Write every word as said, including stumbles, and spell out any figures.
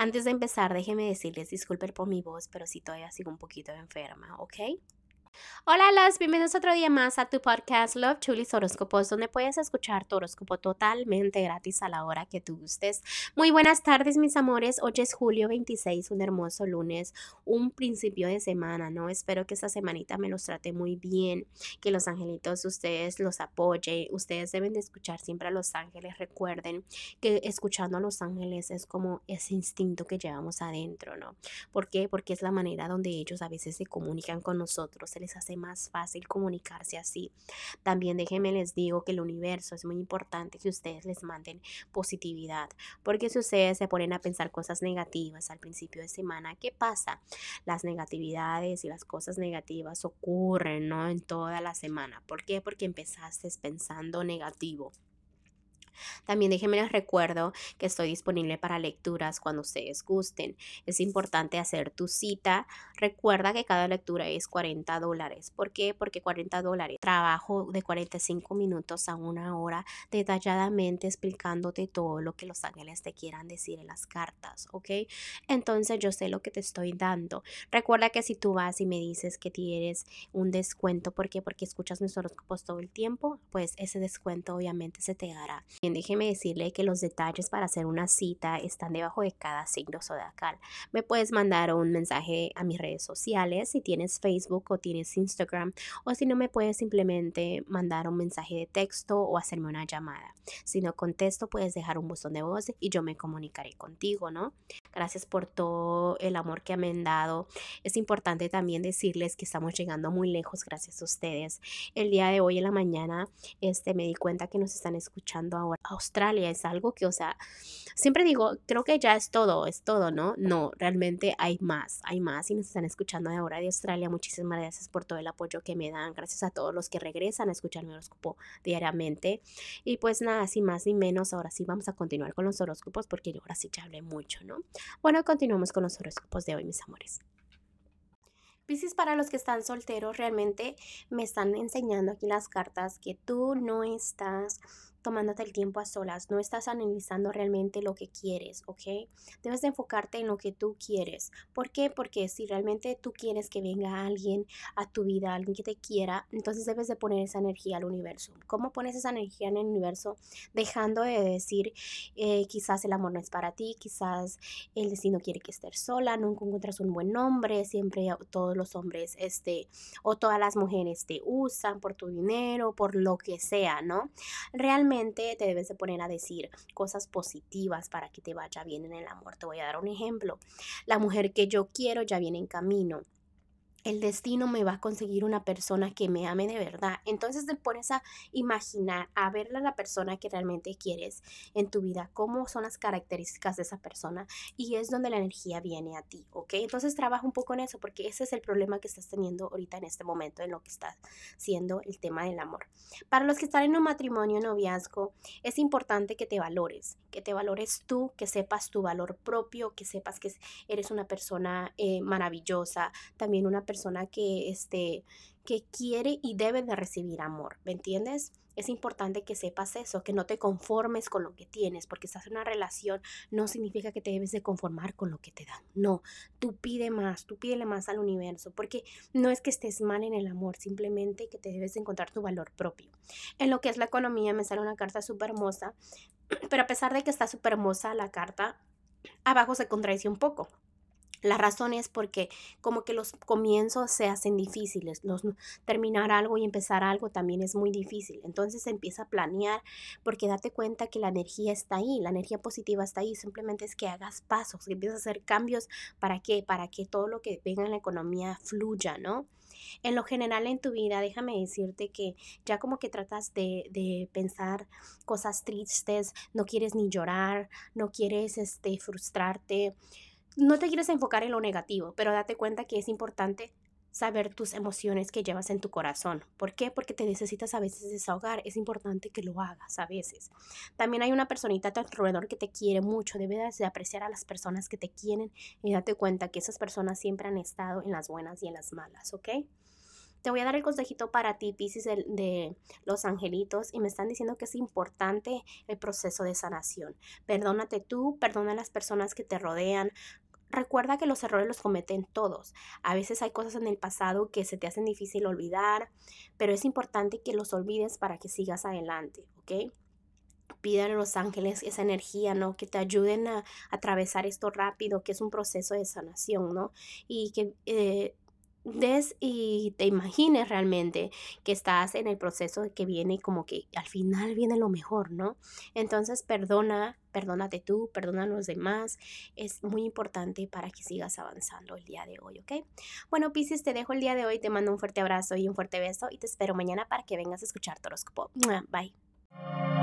Antes de empezar, déjenme decirles, disculpen por mi voz, pero sí todavía sigo un poquito enferma, ¿ok? Hola, las bienvenidos otro día más a tu podcast Love Chulis Horóscopos, donde puedes escuchar tu horóscopo totalmente gratis a la hora que tú gustes. Muy buenas tardes, mis amores. Hoy es julio veintiséis, un hermoso lunes, un principio de semana, ¿no? Espero que esta semanita me los trate muy bien, que los angelitos ustedes los apoyen. Ustedes deben de escuchar siempre a los ángeles. Recuerden que escuchando a los ángeles es como ese instinto que llevamos adentro, ¿no? ¿Por qué? Porque es la manera donde ellos a veces se comunican con nosotros, se les hace más fácil comunicarse así. También déjenme les digo que el universo es muy importante que ustedes les manden positividad, porque si ustedes se ponen a pensar cosas negativas al principio de semana, ¿qué pasa? Las negatividades y las cosas negativas ocurren, ¿no? En toda la semana. ¿Por qué? Porque empezaste pensando negativo. También déjenme les recuerdo que estoy disponible para lecturas cuando ustedes gusten. Es importante hacer tu cita. Recuerda que cada lectura es cuarenta dólares. ¿Por qué? Porque cuarenta dólares. Trabajo de cuarenta y cinco minutos a una hora detalladamente explicándote todo lo que los ángeles te quieran decir en las cartas, ¿ok? Entonces yo sé lo que te estoy dando. Recuerda que si tú vas y me dices que tienes un descuento, ¿por qué? Porque escuchas mis horóscopos todo el tiempo, pues ese descuento obviamente se te dará. Bien, déjeme decirle que los detalles para hacer una cita están debajo de cada signo zodiacal. Me puedes mandar un mensaje a mis redes sociales si tienes Facebook o tienes Instagram, o si no me puedes simplemente mandar un mensaje de texto o hacerme una llamada. Si no contesto, puedes dejar un buzón de voz y yo me comunicaré contigo, ¿no? Gracias por todo el amor que me han dado. Es importante también decirles que estamos llegando muy lejos gracias a ustedes. El día de hoy en la mañana este, me di cuenta que nos están escuchando ahora. Australia es algo que, o sea, siempre digo, creo que ya es todo, es todo, ¿no? No, realmente hay más, hay más y nos están escuchando de ahora de Australia. Muchísimas gracias por todo el apoyo que me dan. Gracias a todos los que regresan a escuchar mi horóscopo diariamente. Y pues nada, sin más ni menos, ahora sí vamos a continuar con los horóscopos porque yo ahora sí ya hablé mucho, ¿no? Bueno, continuamos con los horóscopos de hoy, mis amores. Piscis, para los que están solteros, realmente me están enseñando aquí las cartas que tú no estás tomándote el tiempo a solas, no estás analizando realmente lo que quieres, ¿ok? Debes de enfocarte en lo que tú quieres. ¿Por qué? Porque si realmente tú quieres que venga alguien a tu vida, alguien que te quiera, entonces debes de poner esa energía al universo. ¿Cómo pones esa energía en el universo? Dejando de decir, eh, quizás el amor no es para ti, quizás el destino quiere que estés sola, nunca encuentras un buen hombre, siempre todos los hombres este, o todas las mujeres te usan por tu dinero, por lo que sea, ¿no? Realmente te debes de poner a decir cosas positivas para que te vaya bien en el amor. Te voy a dar un ejemplo. La mujer que yo quiero ya viene en camino. El destino me va a conseguir una persona que me ame de verdad. Entonces te pones a imaginar, a verla a la persona que realmente quieres en tu vida, cómo son las características de esa persona y es donde la energía viene a ti, ¿ok? Entonces trabaja un poco en eso porque ese es el problema que estás teniendo ahorita en este momento en lo que está siendo el tema del amor. Para los que están en un matrimonio, noviazgo, es importante que te valores, que te valores tú, que sepas tu valor propio, que sepas que eres una persona eh, maravillosa, también una persona que, este, que quiere y debe de recibir amor, ¿me entiendes? Es importante que sepas eso, que no te conformes con lo que tienes, porque estás en una relación no significa que te debes de conformar con lo que te dan. No, tú pide más, tú pídele más al universo, porque no es que estés mal en el amor, simplemente que te debes de encontrar tu valor propio. En lo que es la economía me sale una carta súper hermosa, pero a pesar de que está súper hermosa la carta, abajo se contradice un poco. La razón es porque como que los comienzos se hacen difíciles, los, terminar algo y empezar algo también es muy difícil. Entonces se empieza a planear porque date cuenta que la energía está ahí, la energía positiva está ahí. Simplemente es que hagas pasos, que empieces a hacer cambios. ¿Para qué? Para que todo lo que venga en la economía fluya, ¿no? En lo general en tu vida, déjame decirte que ya como que tratas de, de pensar cosas tristes, no quieres ni llorar, no quieres este, frustrarte. No te quieres enfocar en lo negativo, pero date cuenta que es importante saber tus emociones que llevas en tu corazón. ¿Por qué? Porque te necesitas a veces desahogar. Es importante que lo hagas a veces. También hay una personita a tu alrededor que te quiere mucho. Debes de apreciar a las personas que te quieren y date cuenta que esas personas siempre han estado en las buenas y en las malas, ¿ok? te voy a dar el consejito para ti, Piscis, de, de los angelitos, y me están diciendo que es importante el proceso de sanación. Perdónate tú, perdona a las personas que te rodean. Recuerda que los errores los cometen todos. A veces hay cosas en el pasado que se te hacen difícil olvidar, pero es importante que los olvides para que sigas adelante, ¿ok? Pídale a los ángeles esa energía, ¿no? Que te ayuden a, a atravesar esto rápido, que es un proceso de sanación, ¿no? Y que eh, des y te imagines realmente que estás en el proceso que viene, como que al final viene lo mejor, ¿no? Entonces perdona, perdónate tú, perdona a los demás. Es muy importante para que sigas avanzando el día de hoy, ¿ok? Bueno, Piscis, te dejo el día de hoy, te mando un fuerte abrazo y un fuerte beso y te espero mañana para que vengas a escuchar tu horóscopo. Bye.